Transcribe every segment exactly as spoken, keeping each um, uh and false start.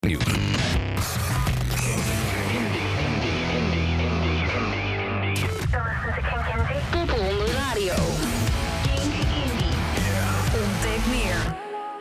Nieuws. Popronde Radio. Kink Indie. Ontdek meer.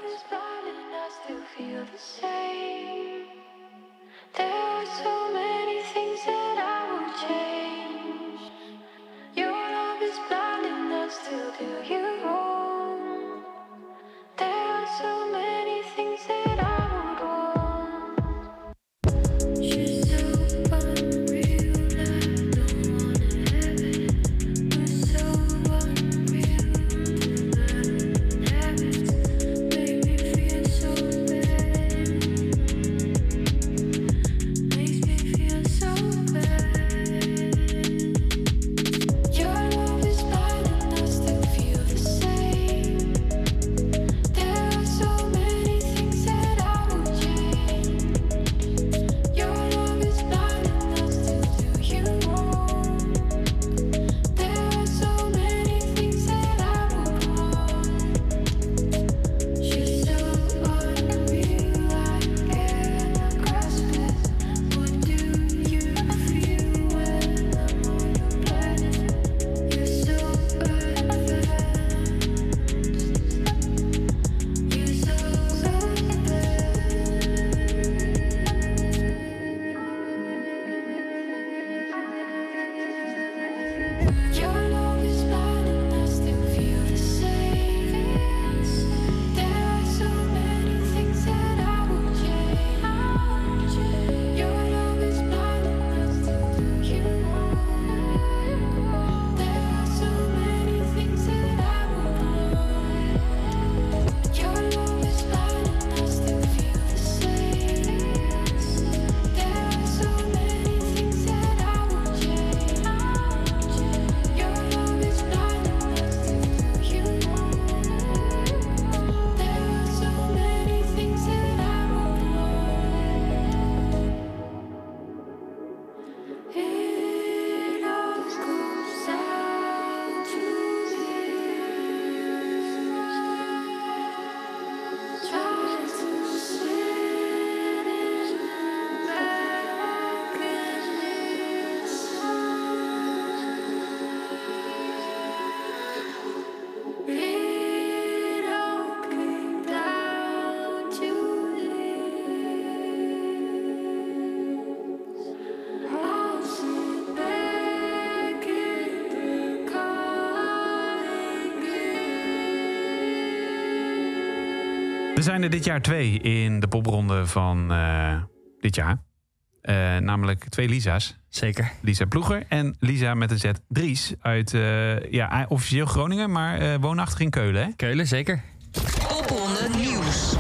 Er zijn er dit jaar twee in de popronde van uh, dit jaar. Uh, namelijk twee Lisa's. Zeker. Lisa Ploeger en Lisa met een Z Dries uit uh, ja, officieel Groningen, maar uh, woonachtig in Keulen. Hè? Keulen, zeker. Popronde Nieuws.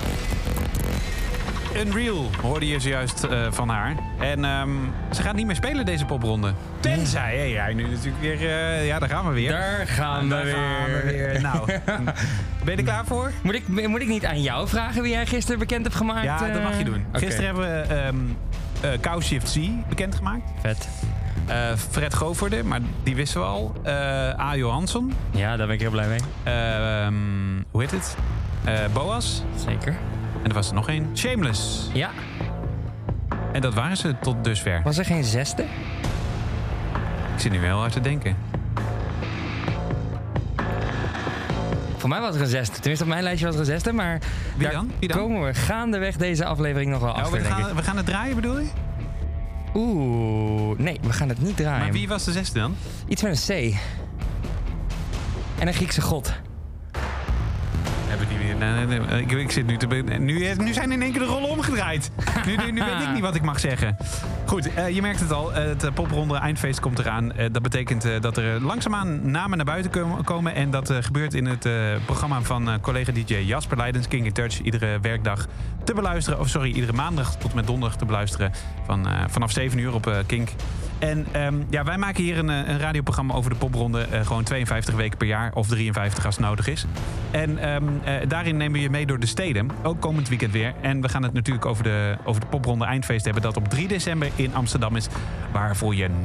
Unreal hoorde je zojuist uh, van haar. En um, ze gaat niet meer spelen deze popronde. Tenzij, hey, jij nu natuurlijk weer... Uh, ja, daar gaan we weer. Daar gaan, daar we, gaan weer. we weer. Nou, ben je er klaar voor? Moet ik, moet ik niet aan jou vragen wie jij gisteren bekend hebt gemaakt? Ja, dat mag je doen. Okay. Gisteren hebben we um, uh, Cowshift C bekendgemaakt. Vet. Uh, Fred Goverde, maar die wisten we al. Uh, A. Johansson. Ja, daar ben ik heel blij mee. Uh, um, hoe heet het? Uh, Boas. Zeker. En er was er nog één. Shameless. Ja. En dat waren ze tot dusver. Was er geen zesde? Ik zit nu wel hard te denken. Voor mij was er een zesde. Tenminste, op mijn lijstje was er een zesde. Maar Wie daar dan? Wie dan? komen we gaandeweg deze aflevering nog wel Oh, achter, we, gaan, denk ik. we gaan het draaien, bedoel je? Oeh, nee, we gaan het niet draaien. Maar wie was de zesde dan? Iets met een C. En een Griekse god. Heb ik die weer? Nee, nee, nee. Ik, ik zit nu te... Nu, nu zijn in één keer de rollen omgedraaid. Nu, nu, nu weet ik niet wat ik mag zeggen. Goed, uh, je merkt het al. Uh, het popronde eindfeest komt eraan. Uh, dat betekent uh, dat er langzaamaan namen naar buiten komen. En dat uh, gebeurt in het uh, programma van uh, collega D J Jasper Leidens, King in Touch. Iedere werkdag te beluisteren. Of sorry, iedere maandag tot met donderdag te beluisteren. Van, uh, vanaf zeven uur op uh, Kink. En um, ja, wij maken hier een, een radioprogramma over de popronde. Uh, gewoon tweeënvijftig weken per jaar. Of drieënvijftig als het nodig is. En um, uh, daarin nemen we je mee door de steden. Ook komend weekend weer. En we gaan het natuurlijk over de, over de popronde eindfeest hebben. Dat op drie december in Amsterdam is. Waarvoor je nu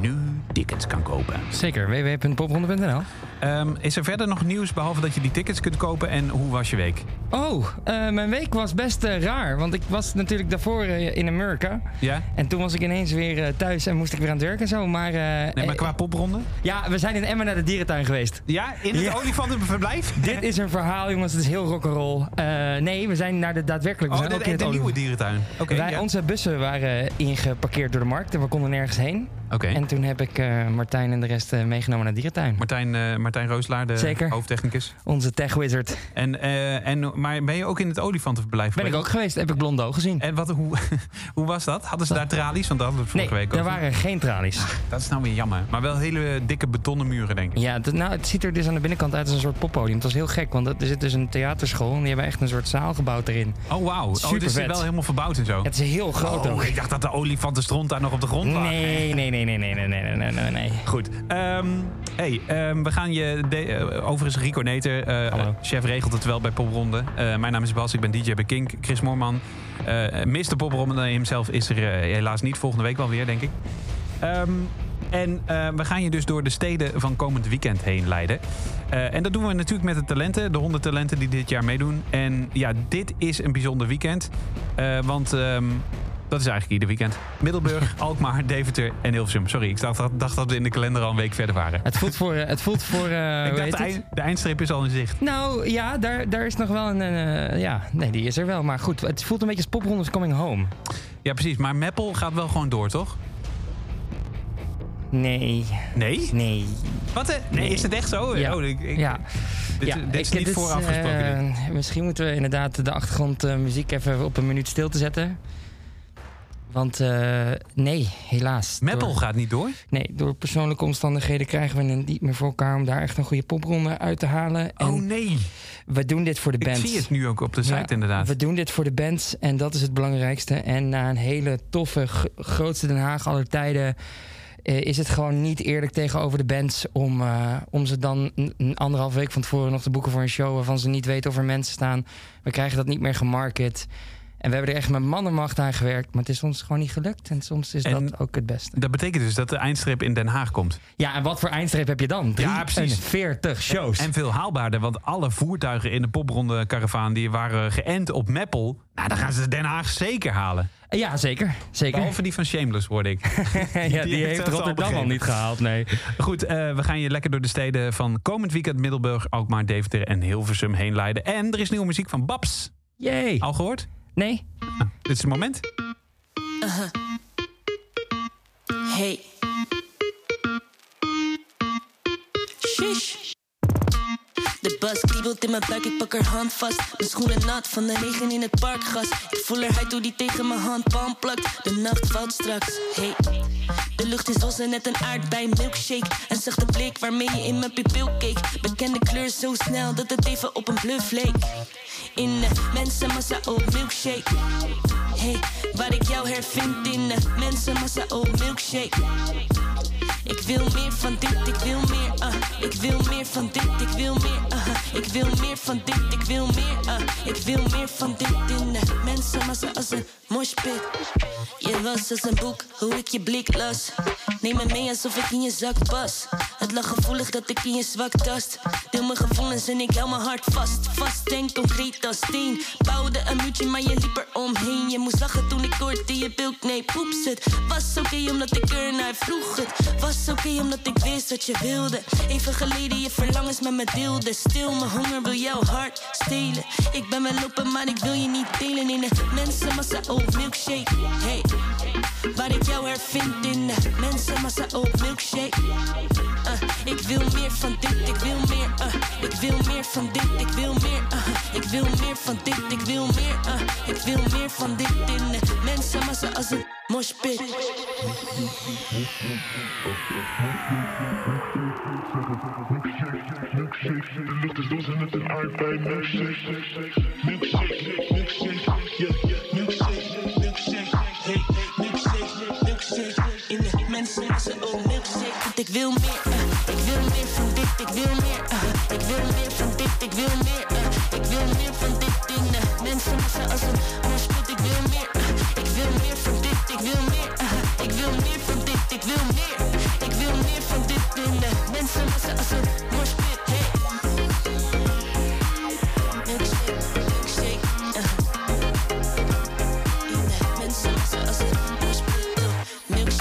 tickets kan kopen. Zeker, w w w punt popronde punt n l. Um, is er verder nog nieuws behalve dat je die tickets kunt kopen en hoe was je week? Oh, uh, mijn week was best uh, raar. Want ik was natuurlijk daarvoor uh, in Amerika. Ja? En toen was ik ineens weer uh, thuis en moest ik weer aan het werk en zo. Maar, uh, nee, maar qua popronde? Ja, we zijn in Emmen naar de dierentuin geweest. Ja, in het ja. olifantenverblijf? Dit is een verhaal, jongens. Het is heel rock'n'roll. Uh, nee, we zijn naar de daadwerkelijk. We oh, zijn de, ook in de het nieuwe dierentuin. Okay, Wij, ja. Onze bussen waren ingeparkeerd door de markt en we konden nergens heen. Okay. En toen heb ik uh, Martijn en de rest uh, meegenomen naar de dierentuin. Martijn, uh, Martijn Rooslaar, de Zeker. hoofdtechnicus. Onze tech wizard. En, uh, en, maar ben je ook in het olifantenverblijf Ben geweest? ik ook geweest, heb ik Blondo gezien. En wat, hoe, hoe was dat? Hadden ze daar tralies? Want dat hadden we vorige nee, week er over. waren geen tralies. Ach, dat is nou weer jammer. Maar wel hele dikke betonnen muren, denk ik. Ja, dat, nou, het ziet er dus aan de binnenkant uit als een soort poppodium. Het was heel gek, want er zit dus een theaterschool en die hebben echt een soort zaal gebouwd erin. Oh, wauw. Oh, het is wel helemaal verbouwd en zo. Het is heel groot oh, ook. Ik dacht dat de olifantenstront daar nog op de grond lag. Nee, nee, nee, nee, nee, nee, nee, nee, nee, nee. Goed. Um, hey, um, we gaan je... De, uh, overigens Rico Neter, uh, uh, chef regelt het wel bij Popronde. Uh, mijn naam is Bas, ik ben D J bij Kink. Chris Moorman, uh, mister Popronde hemzelf is er uh, helaas niet. Volgende week wel weer, denk ik. Um, En uh, we gaan je dus door de steden van komend weekend heen leiden. Uh, en dat doen we natuurlijk met de talenten. De honderd talenten die dit jaar meedoen. En ja, dit is een bijzonder weekend. Uh, want um, dat is eigenlijk ieder weekend. Middelburg, Alkmaar, Deventer en Hilversum. Sorry, ik dacht, dacht dat we in de kalender al een week verder waren. Het voelt voor... Uh, het voelt voor uh, ik dacht, de, eind, de eindstreep is al in zicht. Nou ja, daar, daar is nog wel een... Uh, ja, nee, die is er wel. Maar goed, het voelt een beetje als Popronde's Coming Home. Ja, precies. Maar Meppel gaat wel gewoon door, toch? Nee. Nee? Nee. Wat? Nee, nee. Is het echt zo? Ja. Oh, ik, ik, ja. Dit, ja, dit is ik, niet dit, vooraf gesproken. Uh, misschien moeten we inderdaad de achtergrondmuziek uh, even op een minuut stil te zetten. Want uh, nee, helaas. Meppel door, gaat niet door? Nee, door persoonlijke omstandigheden krijgen we het niet meer voor elkaar om daar echt een goede popronde uit te halen. En oh nee. We doen dit voor de bands. Ik zie het nu ook op de site, ja, inderdaad. We doen dit voor de bands en dat is het belangrijkste. En na een hele toffe, g- grootste Den Haag aller tijden Uh, is het gewoon niet eerlijk tegenover de bands om, uh, om ze dan een, een anderhalf week van tevoren nog te boeken voor een show waarvan ze niet weten of er mensen staan. We krijgen dat niet meer gemarket. En we hebben er echt met man en macht aan gewerkt, maar het is soms gewoon niet gelukt. En soms is en dat ook het beste. Dat betekent dus dat de eindstreep in Den Haag komt. Ja, en wat voor eindstreep heb je dan? drieënveertig shows. En, en veel haalbaarder, want alle voertuigen in de popronde karavaan die waren geënt op Meppel. Nou, dan gaan ze Den Haag zeker halen. Ja, zeker. zeker. Behalve die van Shameless, hoorde ik. ja, die, die heeft Rotterdam al niet gehaald, nee. Goed, uh, we gaan je lekker door de steden van komend weekend Middelburg, Alkmaar, Deventer en Hilversum heen leiden. En er is nieuwe muziek van Babs. Yay. Al gehoord? Nee. Ah, dit is het moment. Uh-huh. Hey. Shish. De bas kriebelt in mijn buik, ik pak haar hand vast. Mijn schoenen nat van de regen in het parkgas. Ik voel haar huid hoe die tegen mijn handpalm plakt. De nacht valt straks, hey. De lucht is roze, net een aardbei milkshake. En zachte blik waarmee je in mijn pupil keek. Bekende kleur zo snel dat het even op een bluff leek. In de mensenmassa op milkshake. Hey, waar ik jou hervind in de mensenmassa op milkshake. Ik wil meer van dit, ik wil meer, uh. Ik wil meer van dit, ik wil meer, uh. Ik wil meer van dit, ik wil meer, uh. Ik wil meer van dit in de mensenmassa als een moshpit. Je was als een boek, hoe ik je blik las. Neem me mee alsof ik in je zak pas. Het lag gevoelig dat ik in je zwak tast. Deel mijn gevoelens en ik hou mijn hart vast. Vast en concreet als steen. Bouwde een muurtje, maar je liep er omheen. Je moest lachen toen ik hoorde je bilk, nee poeps. Het was oké okay omdat ik er naar vroeg. Het was oké okay omdat ik wist wat je wilde. Even geleden je verlangens met me deelde. Stil, mijn honger wil jouw hart stelen. Ik ben wel open, maar ik wil je niet delen. In de mensenmassa op milkshake. Hey, waar ik jou hervind in de mensenmassa op milkshake. Uh, ik wil meer van dit, ik wil meer. Uh, ik wil meer van dit, ik wil meer. Uh, ik wil meer van dit, ik wil meer. Uh, ik wil meer van dit in de mensenmassa als een moshpit. Milkshake, de lucht is los en het een aardbei. Milkshake, milkshake, milkshake, yeah, milkshake, milkshake, hey, milkshake, milkshake. In de mensenmassa, oh milkshake. Ik wil meer, uh, ik wil meer van dit, ik wil meer, uh, ik wil meer van dit, ik wil meer, uh, ik wil meer van dit in de mensenmassa als een moshpit. Ik wil meer, uh, ik wil meer van dit, ik wil meer, uh, ik wil meer van dit, ik wil meer, ik wil meer.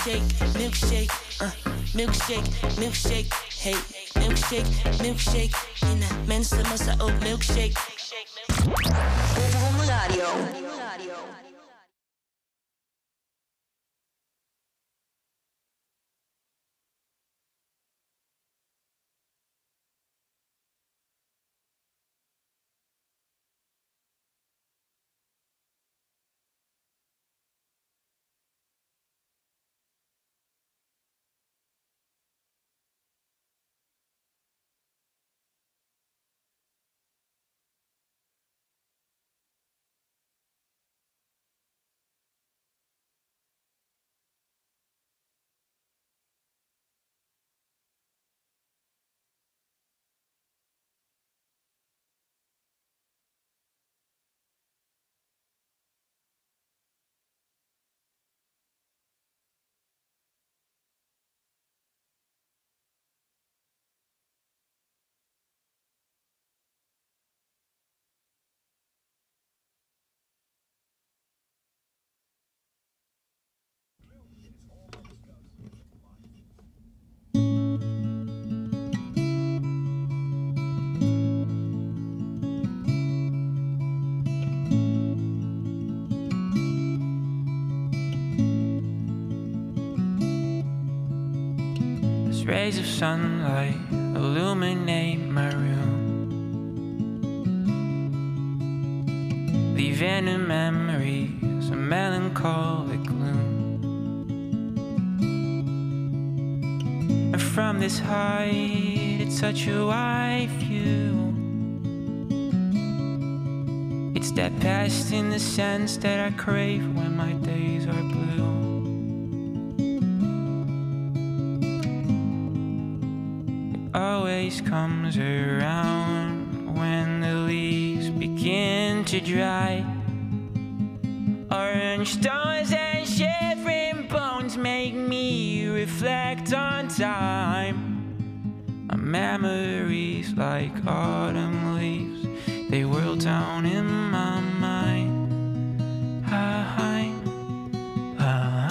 milkshake, milkshake, uh, milkshake, milkshake, hey, milkshake, milkshake. In de mensenmassa ook milkshake. Popronde Radio. Rays of sunlight illuminate my room, leaving in memories a melancholic gloom. And from this height, it's such a wide view. It's that past in the sense that I crave when my days are blue. Always comes around when the leaves begin to dry. Orange stars and shivering bones make me reflect on time. My memories like autumn leaves, they whirl down in my mind. I, I,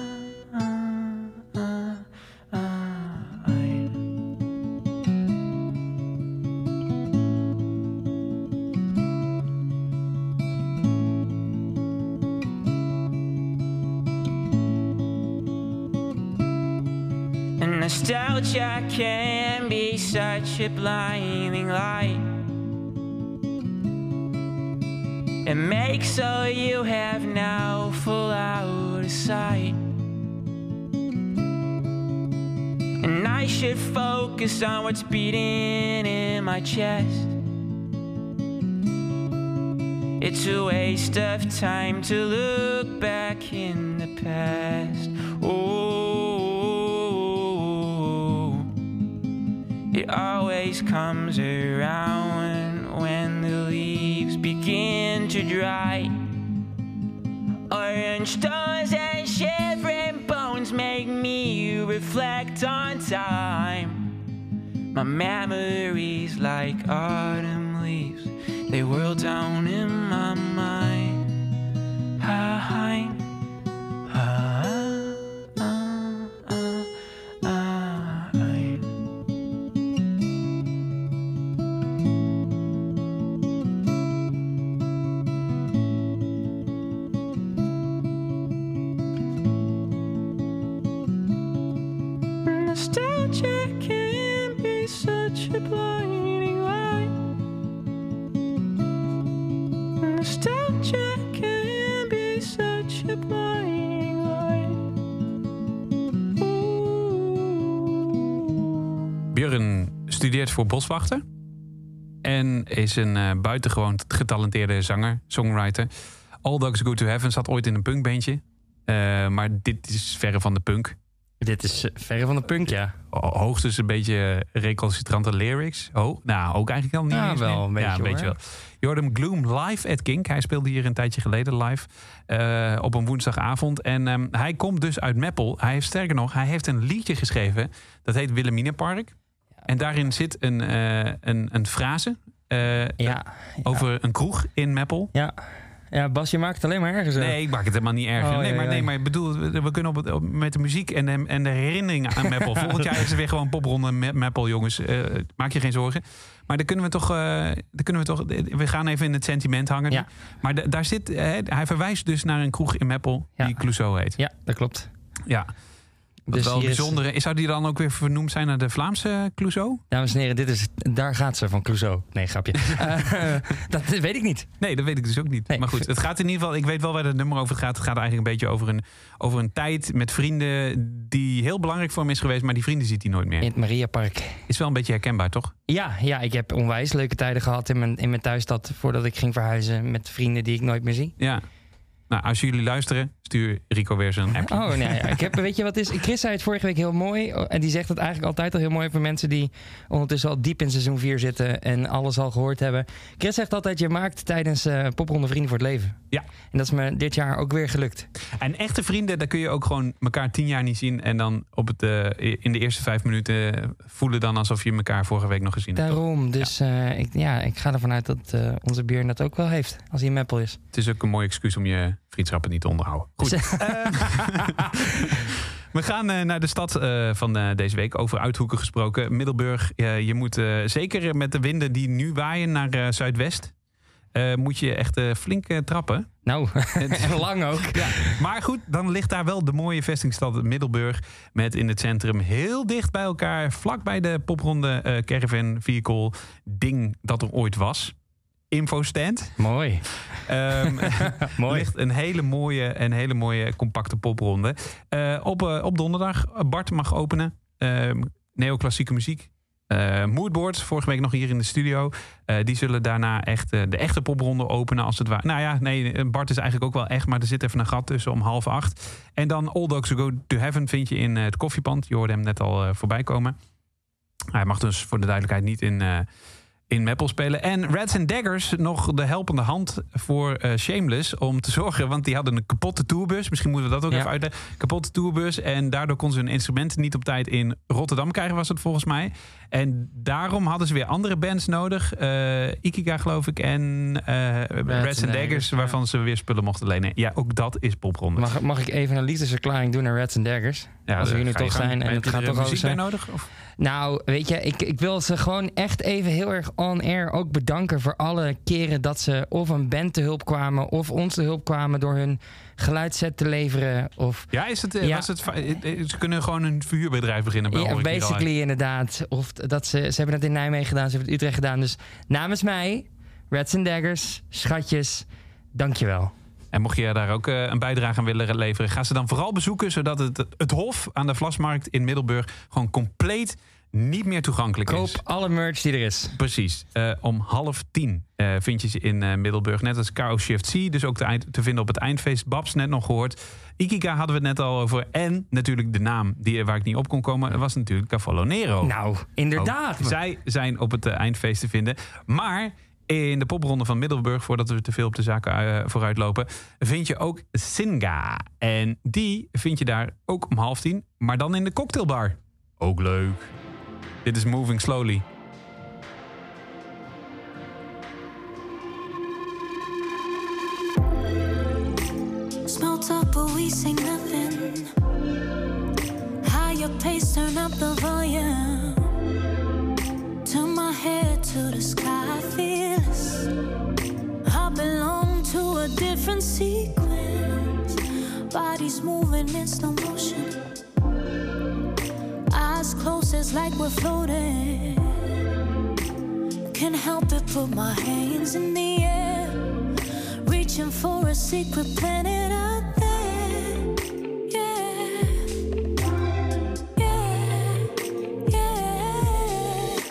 nostalgia can be such a blinding light. It makes all you have now fall out of sight. And I should focus on what's beating in my chest. It's a waste of time to look back in the past. Oh, it always comes around when the leaves begin to dry. Orange stars and shivering bones make me reflect on time. My memories like autumn leaves, they whirl down in my mind. Hi, hi, nostalgia can be such a blinding light. Nostalgia can be such a blinding light. Ooh. Björn studeert voor boswachter en is een uh, buitengewoon getalenteerde zanger, songwriter. All Dogs Go to Heaven zat ooit in een punkbandje, uh, maar dit is verre van de punk. Dit is uh, verre van de punk, ja. Hoogstens een beetje recalcitrante lyrics. Oh, nou, ook eigenlijk al niet ja, eens wel, meer. een beetje, ja, een beetje wel. Je hoorde hem Gloom live at Kink. Hij speelde hier een tijdje geleden live uh, op een woensdagavond. En um, hij komt dus uit Meppel. Hij heeft, sterker nog, hij heeft een liedje geschreven. Dat heet Wilhelminapark. En daarin zit een, uh, een, een frase uh, ja, ja. over een kroeg in Meppel. Ja. Ja, Bas, je maakt het alleen maar erger zo. Nee, ik maak het helemaal niet erger. Oh, nee, ja, maar, ja. nee, maar ik bedoel, we kunnen op het, op, met de muziek en de, en de herinneringen aan Meppel. Volgend jaar is er weer gewoon popronde met Meppel, jongens. Uh, maak je geen zorgen. Maar dan kunnen we toch, uh, dan kunnen we toch... We gaan even in het sentiment hangen. Ja. Maar de, daar zit... Uh, hij verwijst dus naar een kroeg in Meppel Ja. die Clouseau heet. Ja, dat klopt. Ja. Wat Dus wel hier is- bijzonder is. Zou die dan ook weer vernoemd zijn naar de Vlaamse Clouseau? Dames en heren, dit is, daar gaat ze van Clouseau. Nee, grapje. Uh, dat weet ik niet. Nee, dat weet ik dus ook niet. Nee. Maar goed, het gaat in ieder geval... Ik weet wel waar het nummer over gaat. Het gaat eigenlijk een beetje over een, over een tijd met vrienden... die heel belangrijk voor hem is geweest... maar die vrienden ziet hij nooit meer. In het Mariapark. Is wel een beetje herkenbaar, toch? Ja, ja, ik heb onwijs leuke tijden gehad in mijn, in mijn thuisstad... voordat ik ging verhuizen met vrienden die ik nooit meer zie. Ja. Nou, als jullie luisteren, stuur Rico weer zijn appje. Oh, nee, ja. ik heb, weet je wat is? Chris zei het vorige week heel mooi. En die zegt het eigenlijk altijd al heel mooi voor mensen die ondertussen al diep in seizoen vier zitten en alles al gehoord hebben. Chris zegt altijd, je maakt tijdens uh, Popronde vrienden voor het leven. Ja. En dat is me dit jaar ook weer gelukt. En echte vrienden, daar kun je ook gewoon elkaar tien jaar niet zien. En dan op het, uh, in de eerste vijf minuten voelen dan alsof je elkaar vorige week nog gezien hebt. Daarom. Dus ja. Uh, ik, ja, ik ga ervan uit dat uh, onze Björn dat ook wel heeft. Als hij in Meppel is. Het is ook een mooi excuus om je vriendschappen niet te onderhouden. Goed. uh, we gaan uh, naar de stad uh, van uh, deze week. Over Uithoeken gesproken. Middelburg. Uh, je moet uh, zeker met de winden die nu waaien naar uh, zuidwest... Uh, moet je echt uh, flink uh, trappen. Nou, lang ook. Ja. Maar goed, dan ligt daar wel de mooie vestingstad Middelburg... met in het centrum heel dicht bij elkaar... vlakbij de popronde uh, caravan vehicle ding dat er ooit was. Infostand. Mooi. Um, Mooi. ligt een hele mooie en hele mooie compacte popronde. Uh, op, uh, op donderdag. Bart mag openen. Uh, neoclassieke muziek. Uh, Moodboard, vorige week nog hier in de studio. Uh, die zullen daarna echt uh, de echte popronde openen als het ware. Nou ja, nee, Bart is eigenlijk ook wel echt... maar er zit even een gat tussen om half acht. En dan All Dogs Go to Heaven vind je in uh, het koffiepand. Je hoorde hem net al uh, voorbij komen. Hij mag dus voor de duidelijkheid niet in... Uh, in Meppel spelen. En Rats and Daggers nog de helpende hand voor uh, Shameless om te zorgen, want die hadden een kapotte tourbus. Misschien moeten we dat ook ja. even uitleggen. Kapotte tourbus en daardoor kon ze hun instrumenten niet op tijd in Rotterdam krijgen, was het volgens mij. En daarom hadden ze weer andere bands nodig. Uh, Ikiga geloof ik en uh, Rats, Rats and Daggers, ja. waarvan ze weer spullen mochten lenen. Ja, ook dat is popronde. Mag, mag ik even een liefdesverklaring doen naar Rats and Daggers? Ja, als we hier nu toch zijn en het gaat toch over muziek bij nodig? Of? Nou, weet je, ik, ik wil ze gewoon echt even heel erg on-air ook bedanken voor alle keren dat ze of een band te hulp kwamen of ons te hulp kwamen door hun geluidsset te leveren. Of, ja, is het, ja. Was het, ze kunnen gewoon een verhuurbedrijf beginnen. Ja, basically inderdaad. Of dat ze, ze hebben het in Nijmegen gedaan, ze hebben het in Utrecht gedaan. Dus namens mij, Rats and Daggers, schatjes, dankjewel. En mocht je daar ook uh, een bijdrage aan willen leveren, ga ze dan vooral bezoeken, zodat het, het Hof aan de Vlasmarkt in Middelburg gewoon compleet niet meer toegankelijk Koop is. Koop alle merch die er is. Precies. Uh, om half tien uh, vind je ze in uh, Middelburg. Net als Chaos Shift C. Dus ook te, eind, te vinden op het eindfeest. Babs net nog gehoord. Ikiga hadden we het net al over. En natuurlijk de naam die, waar ik niet op kon komen. was natuurlijk Cavallo Nero. Nou, inderdaad. Ook zij zijn op het uh, eindfeest te vinden. Maar in de popronde van Middelburg, voordat we te veel op de zaken uh, vooruit lopen, vind je ook Singa. En die vind je daar ook om half tien. Maar dan in de cocktailbar. Ook leuk. Dit is Moving Slowly. Small talk, but we say nothing. Higher pace, turn up the volume. Turn my head to the sky, fearless. I belong to a different sequence. Bodies moving in slow motion. Eyes closed, it's like we're floating. Can't help it, put my hands in the air. Reaching for a secret planet out there. Yeah, yeah, yeah.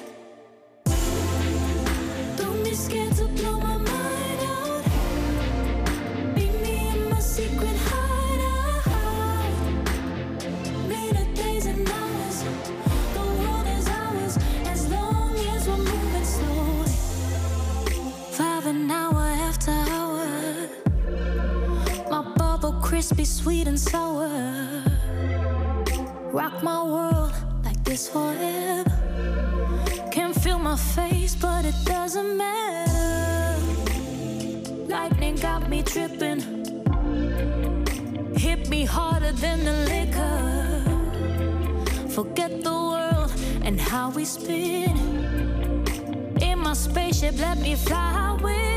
Don't be scared to blow my mind out. Meet me in my secret hideout. Minute, days and hours. The world is ours as long as we're moving slowly. Five an hour after hour. My bubble crispy, sweet and sour. Rock my world like this forever. Can't feel my face, but it doesn't matter. Lightning got me tripping. Hit me harder than the liquor. Forget the world and how we spin. In my spaceship, let me fly with it.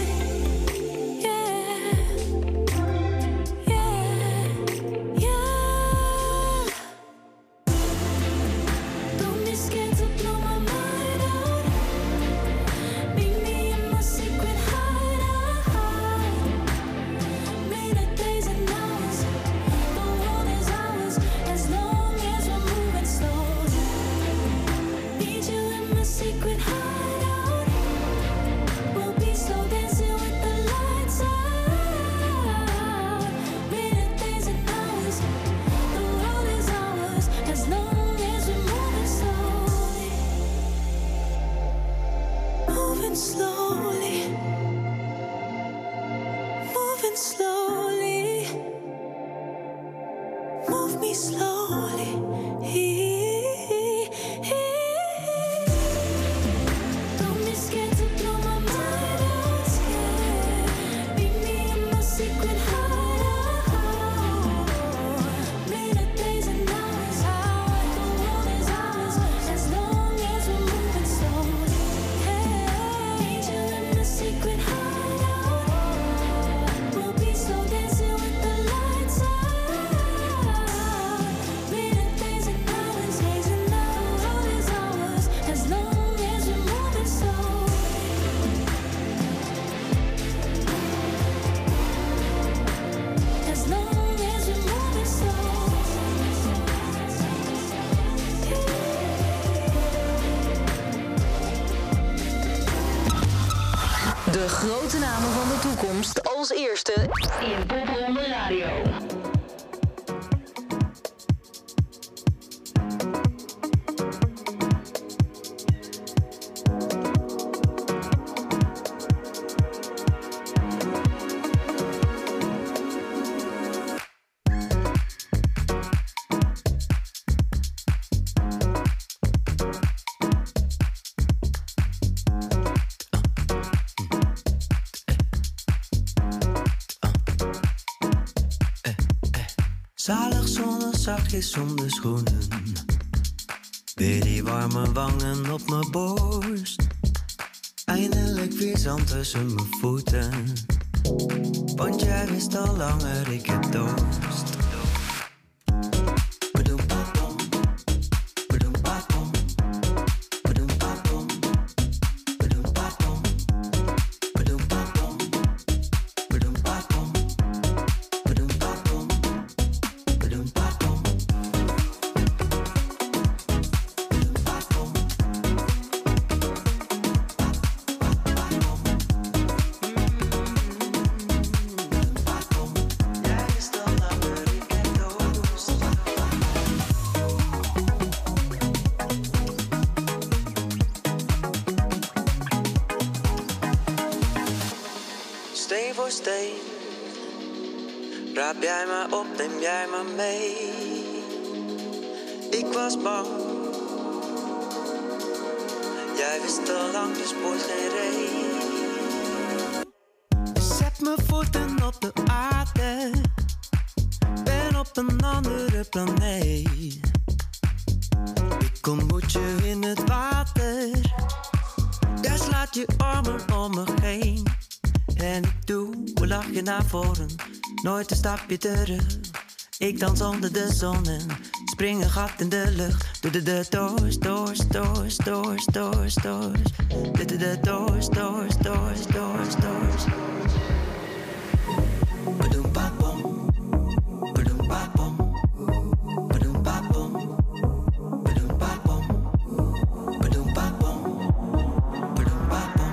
De grote namen van de toekomst als eerste in Popronde Radio. Zalig zonne zachtjes zonder schoenen. Weer die warme wangen op mijn borst. Eindelijk weer zand tussen mijn voeten. Want jij wist al langer, ik heb dorst. Steen voor steen, raap jij me op, neem jij me mee. Ik was bang, jij wist al lang, de spoort geen ree. Zet mijn voeten op de aarde, ben op een andere planeet. Ik ontmoet je in het water, daar slaat je armen om me heen. En ik doe een lachje naar voren, nooit een stapje terug. Ik dans onder de zon en spring een gat in de lucht. Doe de de doors, doors, doors, doors, doors, doors. Doe de de doors, doors, doors, doors, doors. Badoem babom, badoem babom, badoem babom, badoem babom, badoem babom, badoem babom.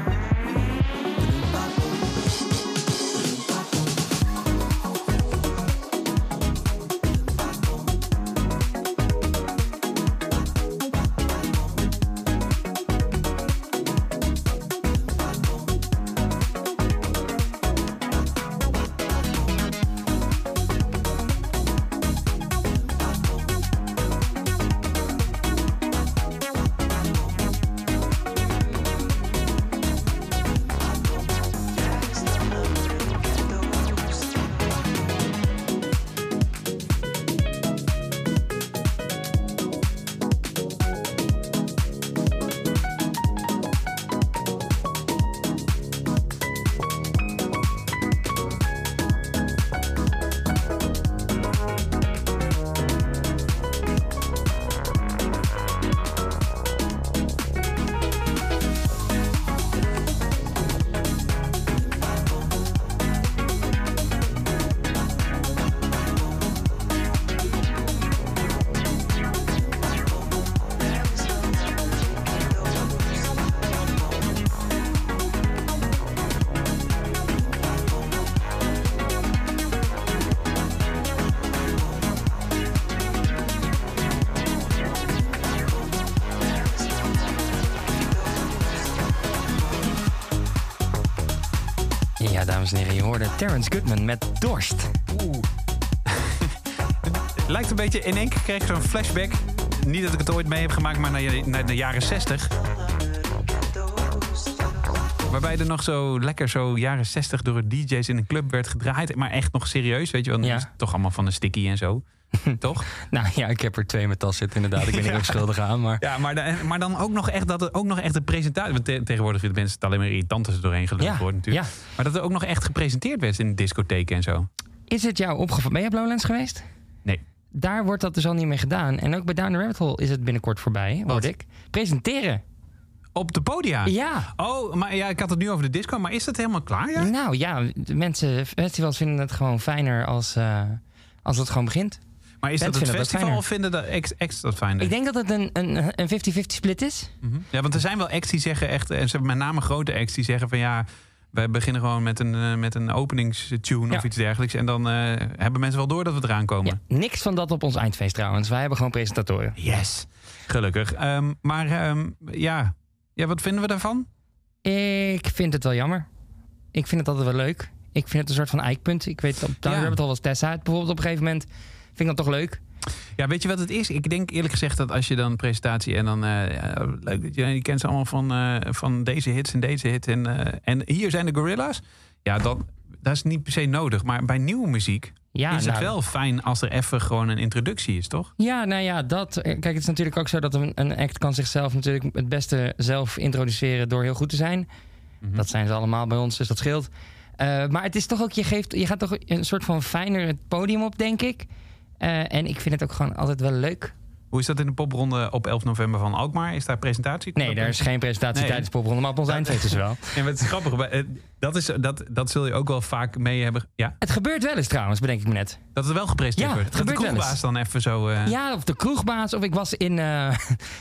dames en heren. Je hoorde Terrence Goodman met Dorst. Oeh. Lijkt een beetje, in één keer kreeg ik zo'n flashback. Niet dat ik het ooit mee heb gemaakt, maar naar, naar de jaren zestig. Waarbij er nog zo lekker zo jaren zestig door D J's in een club werd gedraaid. Maar echt nog serieus, weet je wel. Ja. Is toch allemaal van de sticky en zo. Toch? Nou ja, ik heb er twee in mijn tas zitten inderdaad. Ik ben er Ja. ook schuldig aan. Maar Ja, maar, da- maar dan ook nog echt dat het ook nog echt de presentatie. Want te- tegenwoordig vinden mensen het alleen maar irritant als er doorheen geluld Ja, wordt natuurlijk. ja. Maar dat er ook nog echt gepresenteerd werd in discotheken en zo. is het jou opgevallen? Ben je op Lowlands geweest? Nee. Daar wordt dat dus al niet meer gedaan. En ook bij Down the Rabbit Hole is het binnenkort voorbij, hoor Wat? ik. Presenteren. Op de podia? Ja. Oh, maar ja, ik had het nu over de disco. Maar is dat helemaal klaar? Ja? Nou ja, de mensen, festivals vinden het gewoon fijner als, uh, als het gewoon begint. Maar is dat Bands het vinden dat festival fijner. of vinden de ex, ex dat fijner? Ik denk dat het een, een, een vijftig-vijftig split is. Mhm. Ja, want er zijn wel acts die zeggen echt... En ze hebben met name grote acts die zeggen van ja... Wij beginnen gewoon met een, uh, met een openingstune Ja. of iets dergelijks. En dan uh, hebben mensen wel door dat we eraan komen. Ja, niks van dat op ons eindfeest trouwens. Wij hebben gewoon presentatoren. Yes. Gelukkig. Um, maar um, ja. ja, wat vinden we daarvan? Ik vind het wel jammer. Ik vind het altijd wel leuk. Ik vind het een soort van eikpunt. Ik weet, op Down the Ja. Rabbit Hole was Tessa uit bijvoorbeeld op een gegeven moment. Vind ik dat toch leuk? Ja, weet je wat het is? Ik denk eerlijk gezegd dat als je dan presentatie en dan... Uh, ja, leuk dat je, je kent ze allemaal van, uh, van deze hits en deze hit. En, uh, en hier zijn de Gorilla's. Ja, dat, dat is niet per se nodig. Maar bij nieuwe muziek Ja, is het nou, wel fijn als er even gewoon een introductie is, toch? Ja, nou ja, dat. Kijk, het is natuurlijk ook zo dat een, een act kan zichzelf natuurlijk het beste zelf introduceren door heel goed te zijn. Mhm. Dat zijn ze allemaal bij ons, dus dat scheelt. Uh, maar het is toch ook, je, geeft, je gaat toch een soort van fijner het podium op, denk ik. Uh, en ik vind het ook gewoon altijd wel leuk. Hoe is dat in de popronde op elf november van Alkmaar? Is daar presentatie? Nee, daar is geen presentatie Nee. tijdens popronde, maar op ons Dat- eindfeest is wel. Ja, maar het is grappig. maar, eh, Dat, is, dat, dat zul je ook wel vaak mee hebben. Ja, Het gebeurt wel eens trouwens, bedenk ik me net. dat het wel gepresenteerd Ja, wordt. het Dat de gebeurt wel eens. kroegbaas dan even zo... eh, Ja, of de kroegbaas. Of ik was in, uh,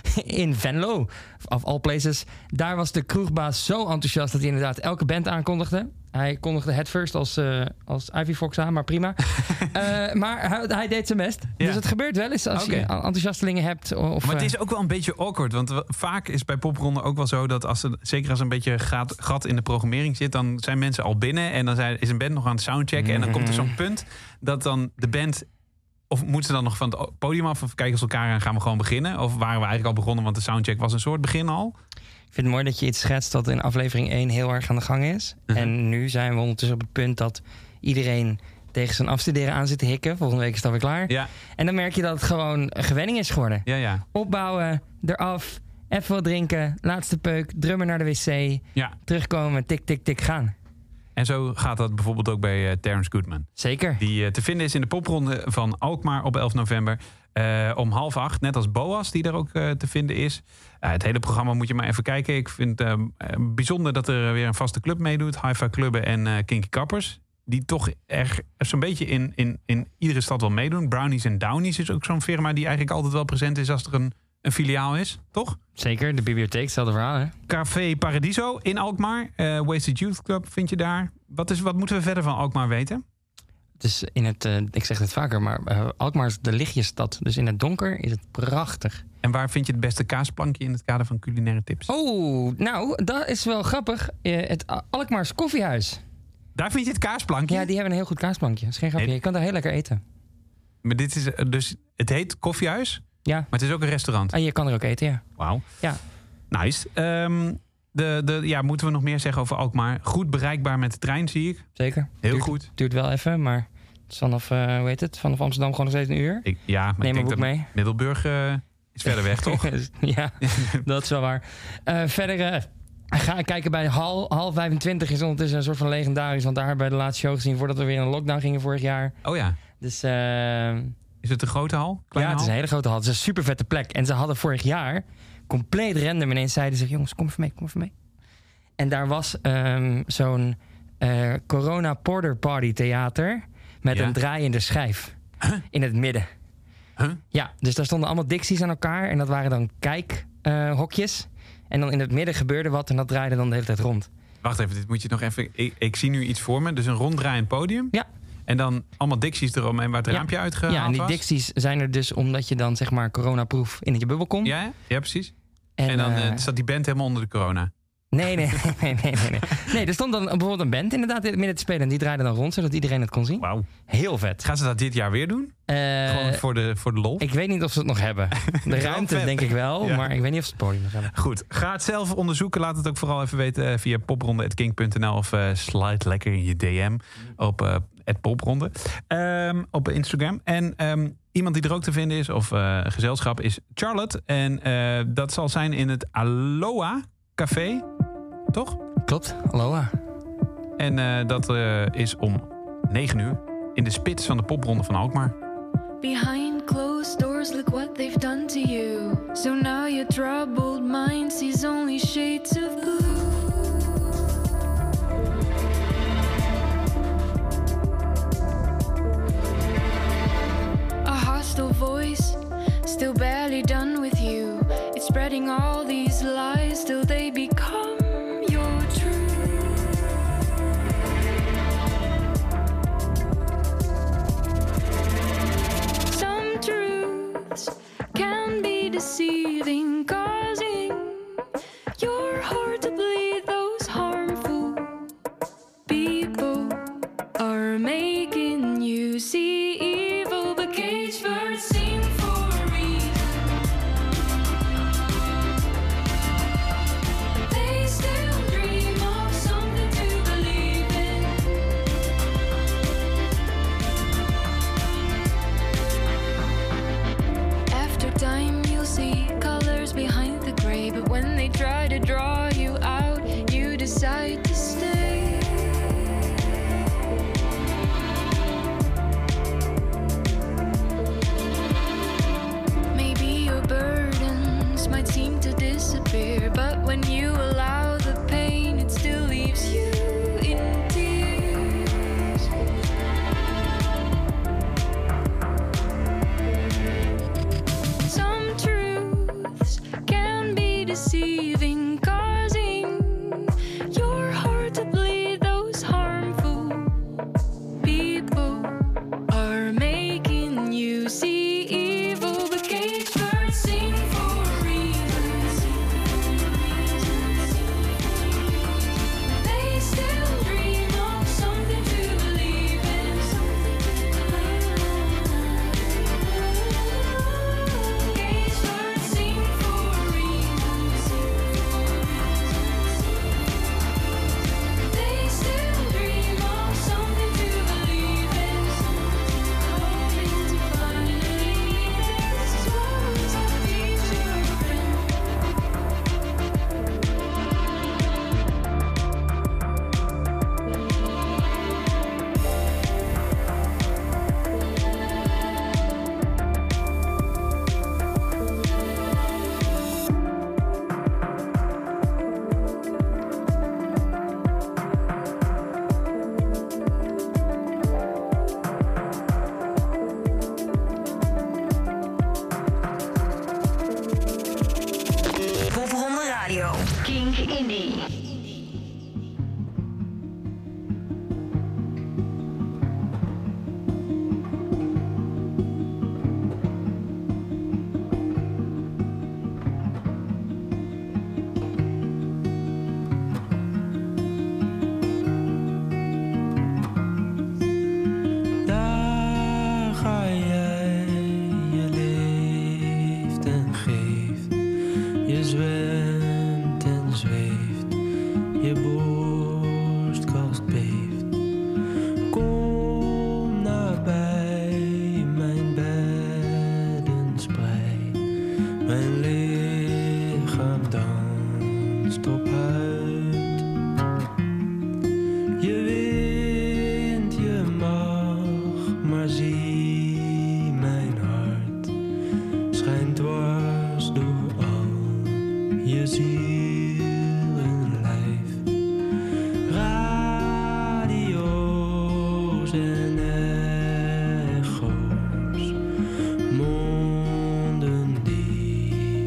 in Venlo, of all places. Daar was de kroegbaas zo enthousiast dat hij inderdaad elke band aankondigde. Hij kondigde Head First als, uh, als Ivy Fox aan, maar prima. uh, maar hij, hij deed zijn best. Ja. Dus het gebeurt wel eens als Oké. je enthousiastelingen hebt. Of, Maar het uh, is ook wel een beetje awkward. Want we- vaak is bij popronde ook wel zo dat als er, zeker als er een beetje gaat, gat in de programmering zit, dan zijn mensen al binnen en dan zijn, is een band nog aan het soundchecken. En dan komt er zo'n punt dat dan de band... Of moeten ze dan nog van het podium af of kijken ze elkaar en gaan we gewoon beginnen? Of waren we eigenlijk al begonnen, want de soundcheck was een soort begin al? Ik vind het mooi dat je iets schetst dat in aflevering één heel erg aan de gang is. Uh-huh. En nu zijn we ondertussen op het punt dat iedereen tegen zijn afstuderen aan zit te hikken. Volgende week is het alweer klaar. Ja, En dan merk je dat het gewoon een gewenning is geworden. ja, ja. Opbouwen, eraf, even wat drinken, laatste peuk, drummen naar de wc, ja. terugkomen, tik, tik, tik, gaan. En zo gaat dat bijvoorbeeld ook bij uh, Terrence Goodman. Zeker. Die uh, te vinden is in de popronde van Alkmaar op elf november. Uh, om half acht, net als Boas, die daar ook uh, te vinden is. Uh, het hele programma moet je maar even kijken. Ik vind het uh, bijzonder dat er weer een vaste club meedoet. Hi-Fi Clubben en uh, Kinky Kappers. Die toch er zo'n beetje in, in, in iedere stad wel meedoen. Brownies en Downies is ook zo'n firma die eigenlijk altijd wel present is als er een, een filiaal is. Toch? Zeker, de bibliotheek, hetzelfde verhaal, hè? Café Paradiso in Alkmaar. Uh, Wasted Youth Club vind je daar. Wat, is, wat moeten we verder van Alkmaar weten? Dus in het, uh, ik zeg het vaker, maar uh, Alkmaar is de lichtjesstad. Dus in het donker is het prachtig. En waar vind je het beste kaasplankje in het kader van culinaire tips? Oh, nou, dat is wel grappig. Uh, het Alkmaars koffiehuis. Daar vind je het kaasplankje? Ja, die hebben een heel goed kaasplankje. Dat is geen grapje. Nee. Je kan daar heel lekker eten. Maar dit is dus, het heet koffiehuis, Ja, maar het is ook een restaurant. en je kan er ook eten, ja. Wauw. Ja. Nice. Um, de, de, ja, moeten we nog meer zeggen over Alkmaar? Goed bereikbaar met de trein, zie ik. Zeker. Heel duurt, goed. Duurt wel even, maar het is vanaf, uh, hoe heet het? Vanaf Amsterdam gewoon nog steeds een uur. Ik, ja, maar Neem ik mijn denk boek dat mee. Middelburg uh, is verder weg, toch? Ja, dat is wel waar. Uh, verder, uh, ga kijken bij Hal. Hal vijfentwintig is ondertussen een soort van legendarisch. Want daar hebben we de laatste show gezien voordat we weer in een lockdown gingen vorig jaar. Oh ja. Dus uh, Is het een grote hal? ja, Kleine het is een hal? hele grote hal. Het is een super vette plek. En ze hadden vorig jaar compleet random ineens zeiden ze: jongens, kom even mee, kom even mee. En daar was um, zo'n uh, Corona Porter Party theater met Ja. een draaiende schijf Huh? in het midden. Huh? Ja, dus daar stonden allemaal Dixies aan elkaar. En dat waren dan kijkhokjes. Uh, en dan in het midden gebeurde wat en dat draaide dan de hele tijd rond. Wacht even, dit moet je nog even... Ik, ik zie nu iets voor me. Dus een ronddraaiend podium. Ja. En dan allemaal Dixies erom en waar het Ja. raampje uitgehaald Ja, en die was. Dixies zijn er dus omdat je dan zeg maar coronaproof in je bubbel komt. Ja, ja, precies. En, En, dan uh, uh, staat die band helemaal onder de corona. Nee, nee, nee, nee, nee, nee. Nee, er stond dan bijvoorbeeld een band inderdaad in het midden te spelen. En die draaide dan rond, zodat iedereen het kon zien. Wauw. Heel vet. Gaan ze dat dit jaar weer doen? Uh, Gewoon voor de, voor de lol? Ik weet niet of ze het nog hebben. De ruimte denk ik wel, ja. Maar ik weet niet of ze het podium nog hebben. Goed, ga het zelf onderzoeken. Laat het ook vooral even weten via popronde punt kink punt n l of uh, slide lekker in je D M op uh, het popronde um, op Instagram. En um, iemand die er ook te vinden is, of uh, gezelschap, is Charlotte. En uh, dat zal zijn in het Aloha Café, toch? Klopt, Aloha. En uh, dat uh, is om negen uur in de spits van de popronde van Alkmaar. Behind closed doors, look what they've done to you. So now your troubled mind sees only shades of blue. A hostile voice, still barely done with you. It's spreading all these lies till they become your truth. Some truths can be deceiving, causing your heart to bleed. Those harmful people are making you see evil, but cage birds sing for a reason. They still dream of something to believe in. After time you'll see colors behind the gray, but when they try to draw you out, you decide to stay. Maybe your burdens might seem to disappear, but when you allow the pain, it still leaves you in tears. Some truths can be deceiving, causing your heart to bleed. Those harmful people are making you see evil, but cage birds sing for a reason. They still dream of something to believe in. Cage birds sing for a reason. They still dream of something to believe in. Hoping to finally their stars will be children. Popronde Radio. Kink Indie. Daar ga jij, je leeft en geeft, je zwemt en zweeft, je borstkast beeft. Kom nabij, mijn beddensprei, mijn lichaam danst op huid. Je wint, je mag, maar zie mijn hart schijnt dwars door al je ziel en lijf. Radio's en echo's, monden die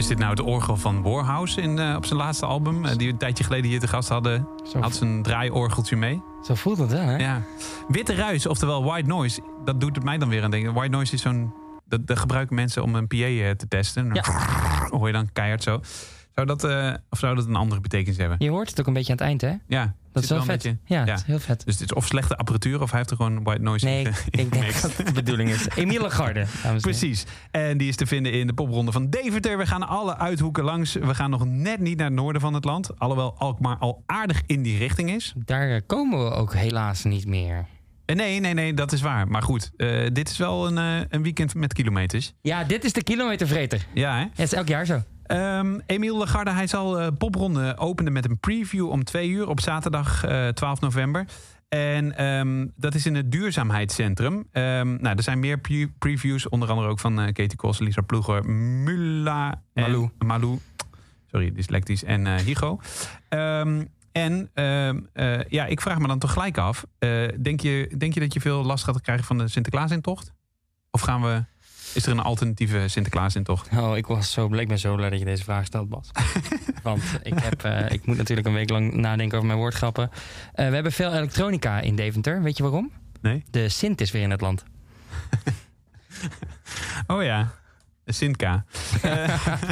Is dit nou het orgel van Warhouse in, uh, op zijn laatste album? Uh, die een tijdje geleden hier te gast hadden. Zo had ze een draaiorgeltje mee. Zo voelt het wel, hè? Ja. Witte ruis, oftewel white noise. Dat doet het mij dan weer aan denken. White noise is zo'n... Dat, dat gebruiken mensen om een P A te testen. Ja. Hoor je dan keihard zo. Zou dat, uh, of zou dat een andere betekenis hebben? Je hoort het ook een beetje aan het eind, hè? Ja. Dat is wel vet. Beetje, ja, ja, het is heel vet. Dus het is of slechte apparatuur of hij heeft er gewoon white noise nee, in Nee, ik denk dat het de bedoeling is. Emiel Lagarde. Precies. En die is te vinden in de popronde van Deventer. We gaan alle uithoeken langs. We gaan nog net niet naar het noorden van het land. Alhoewel Alkmaar al aardig in die richting is. Daar komen we ook helaas niet meer. Nee, nee, nee, dat is waar. Maar goed, uh, dit is wel een, uh, een weekend met kilometers. Ja, dit is de kilometervreter. Ja, hè? Ja, het is elk jaar zo. Um, Emiel Lagarde, hij zal uh, popronde openen met een preview om twee uur op zaterdag uh, twaalf november. En um, dat is in het duurzaamheidscentrum. Um, nou, er zijn meer pre- previews, onder andere ook van uh, Katie Kos, Lisa Ploeger, Mula en Malou. Malou. Sorry, dyslectisch. En uh, Higo. Um, en uh, uh, ja, ik vraag me dan toch gelijk af. Uh, denk, je, denk je dat je veel last gaat krijgen van de Sinterklaasintocht? Of gaan we... Is er een alternatieve Sinterklaasintocht? Oh, ik was zo blij, ik ben zo blij dat je deze vraag stelt, Bas. Want ik, heb, uh, ik moet natuurlijk een week lang nadenken over mijn woordgrappen. Uh, we hebben veel elektronica in Deventer. Weet je waarom? Nee. De Sint is weer in het land. Oh ja, de Sintka. uh,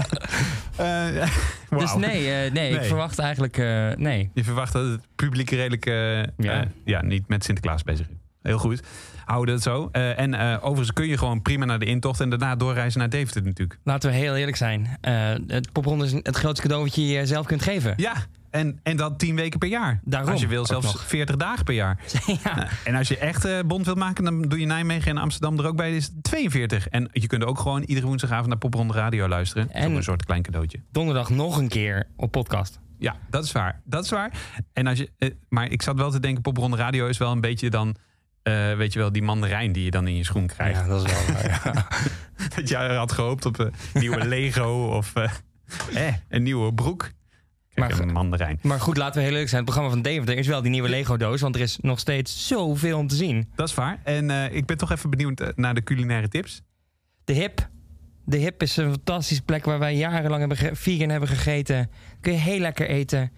uh, wow. Dus nee, uh, nee, nee, ik verwacht eigenlijk... Uh, nee. Je verwacht dat het publiek redelijk uh, ja. Uh, ja, niet met Sinterklaas bezig is. Heel goed. Houden het zo. Uh, en uh, overigens kun je gewoon prima naar de intocht en daarna doorreizen naar Deventer natuurlijk. Laten we heel eerlijk zijn. Uh, het popronde is het grootste cadeau wat je jezelf kunt geven. Ja, en, en dat tien weken per jaar. Daarom. Als je wil, zelfs veertig dagen per jaar. Ja. Uh, en als je echt uh, bond wilt maken, dan doe je Nijmegen en Amsterdam er ook bij. Is tweeënveertig. En je kunt ook gewoon iedere woensdagavond naar Popronde Radio luisteren. En een soort klein cadeautje. Donderdag nog een keer op podcast. Ja, dat is waar. Dat is waar. En als je, uh, maar ik zat wel te denken, Popronde Radio is wel een beetje dan... Uh, weet je wel, die mandarijn die je dan in je schoen krijgt. Ja, dat is wel waar, ja. Dat je had gehoopt op een nieuwe Lego of uh, eh, een nieuwe broek. Kijk, maar, een mandarijn. Maar goed, laten we heel eerlijk zijn. Het programma van Deventer is wel die nieuwe Lego-doos. Want er is nog steeds zoveel om te zien. Dat is waar. En uh, ik ben toch even benieuwd naar de culinaire tips. De Hip. De Hip is een fantastische plek waar wij jarenlang hebben ge- vegan hebben gegeten. Kun je heel lekker eten.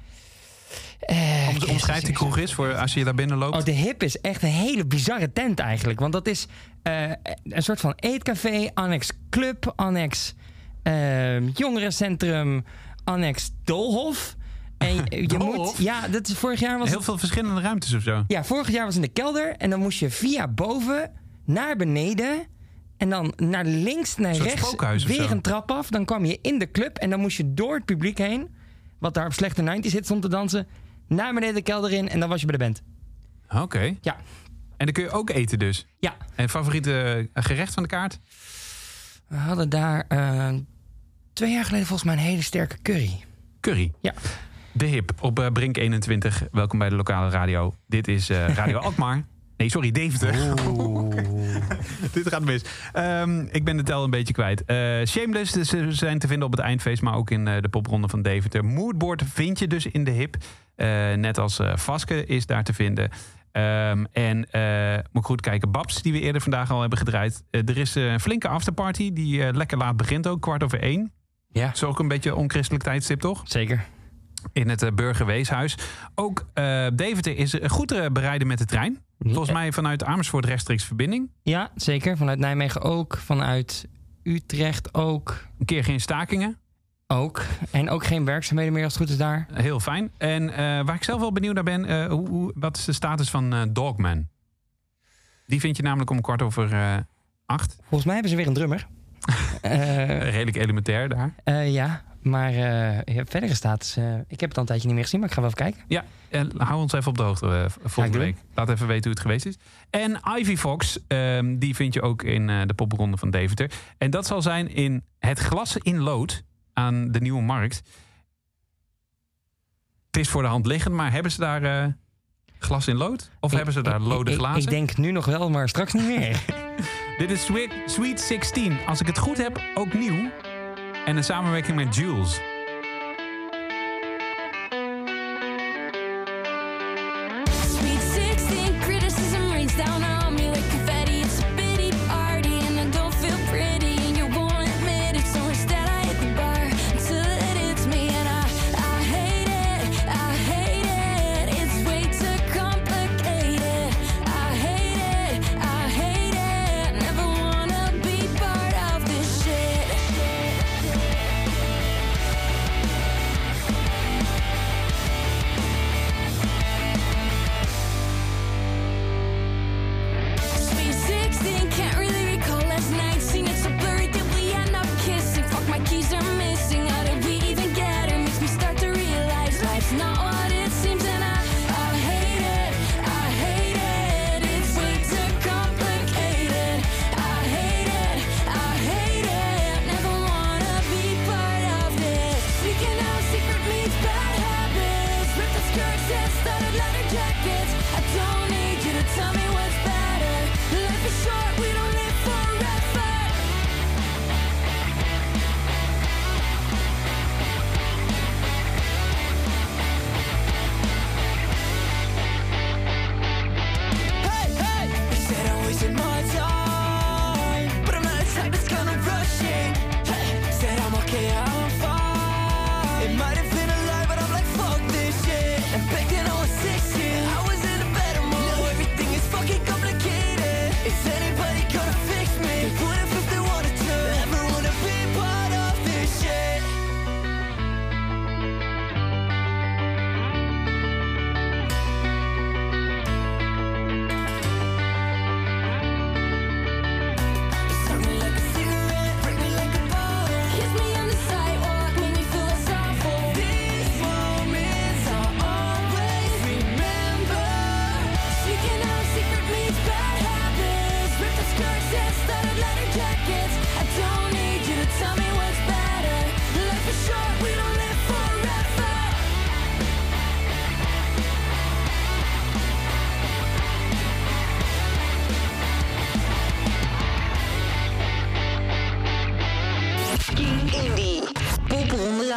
Uh, Om, omschrijf die kroeg is voor als je daar binnen loopt. Oh, de Hip is echt een hele bizarre tent eigenlijk. Want dat is uh, een soort van eetcafé, annex club, annex uh, jongerencentrum, annex doolhof. En je doolhof? moet, ja, dat is vorig jaar was heel het, veel verschillende ruimtes of zo. Ja, vorig jaar was in de kelder en dan moest je via boven naar beneden. En dan naar links, naar rechts, weer een trap af. Dan kwam je in de club en dan moest je door het publiek heen, wat daar op Slechte negentig zit, stond te dansen, naar beneden de kelder in en dan was je bij de band. Oké. Okay. Ja. En dan kun je ook eten dus? Ja. En favoriete gerecht van de kaart? We hadden daar uh, twee jaar geleden volgens mij een hele sterke curry. Curry? Ja. De Hip op uh, Brink eenentwintig. Welkom bij de lokale radio. Dit is uh, Radio Alkmaar. Nee, sorry, Deventer. Dit gaat mis. Um, ik ben de tel een beetje kwijt. Uh, Shameless, dus ze zijn te vinden op het eindfeest, maar ook in uh, de popronde van Deventer. Moodboard vind je dus in de Hip. Uh, net als uh, Vaske is daar te vinden. Um, en uh, moet ik goed kijken, Babs, die we eerder vandaag al hebben gedraaid. Uh, er is uh, een flinke afterparty die uh, lekker laat begint ook, kwart over één. Ja. Dat is ook een beetje onchristelijk tijdstip, toch? Zeker. In het uh, Burgerweeshuis. Ook uh, Deventer is goed te bereiden met de trein. Volgens mij vanuit Amersfoort rechtstreeks verbinding. Ja, zeker. Vanuit Nijmegen ook. Vanuit Utrecht ook. Een keer geen stakingen. Ook. En ook geen werkzaamheden meer als het goed is daar. Heel fijn. En uh, waar ik zelf wel benieuwd naar ben, uh, hoe, hoe, wat is de status van uh, Dogman? Die vind je namelijk om kwart over uh, acht. Volgens mij hebben ze weer een drummer. uh, Redelijk elementair daar. Uh, ja, maar uh, ja, verdere status. Uh, ik heb het al een tijdje niet meer gezien, maar ik ga wel even kijken. Ja, uh, hou ons even op de hoogte uh, volgende week. Laat even weten hoe het geweest is. En Ivy Fox, uh, die vind je ook in uh, de popronde van Deventer. En dat zal zijn in het Glas in Lood aan de Nieuwe Markt. Het is voor de hand liggend, maar hebben ze daar uh, glas in lood? Of ik, hebben ze daar lode ik, glazen? Ik denk nu nog wel, maar straks niet meer. Dit is Sweet, Sweet zestien. Als ik het goed heb, ook nieuw. En een samenwerking met Jules. Down on me like confetti, it's a pity party, and I don't feel pretty, and you won't admit it, so instead I hit the bar.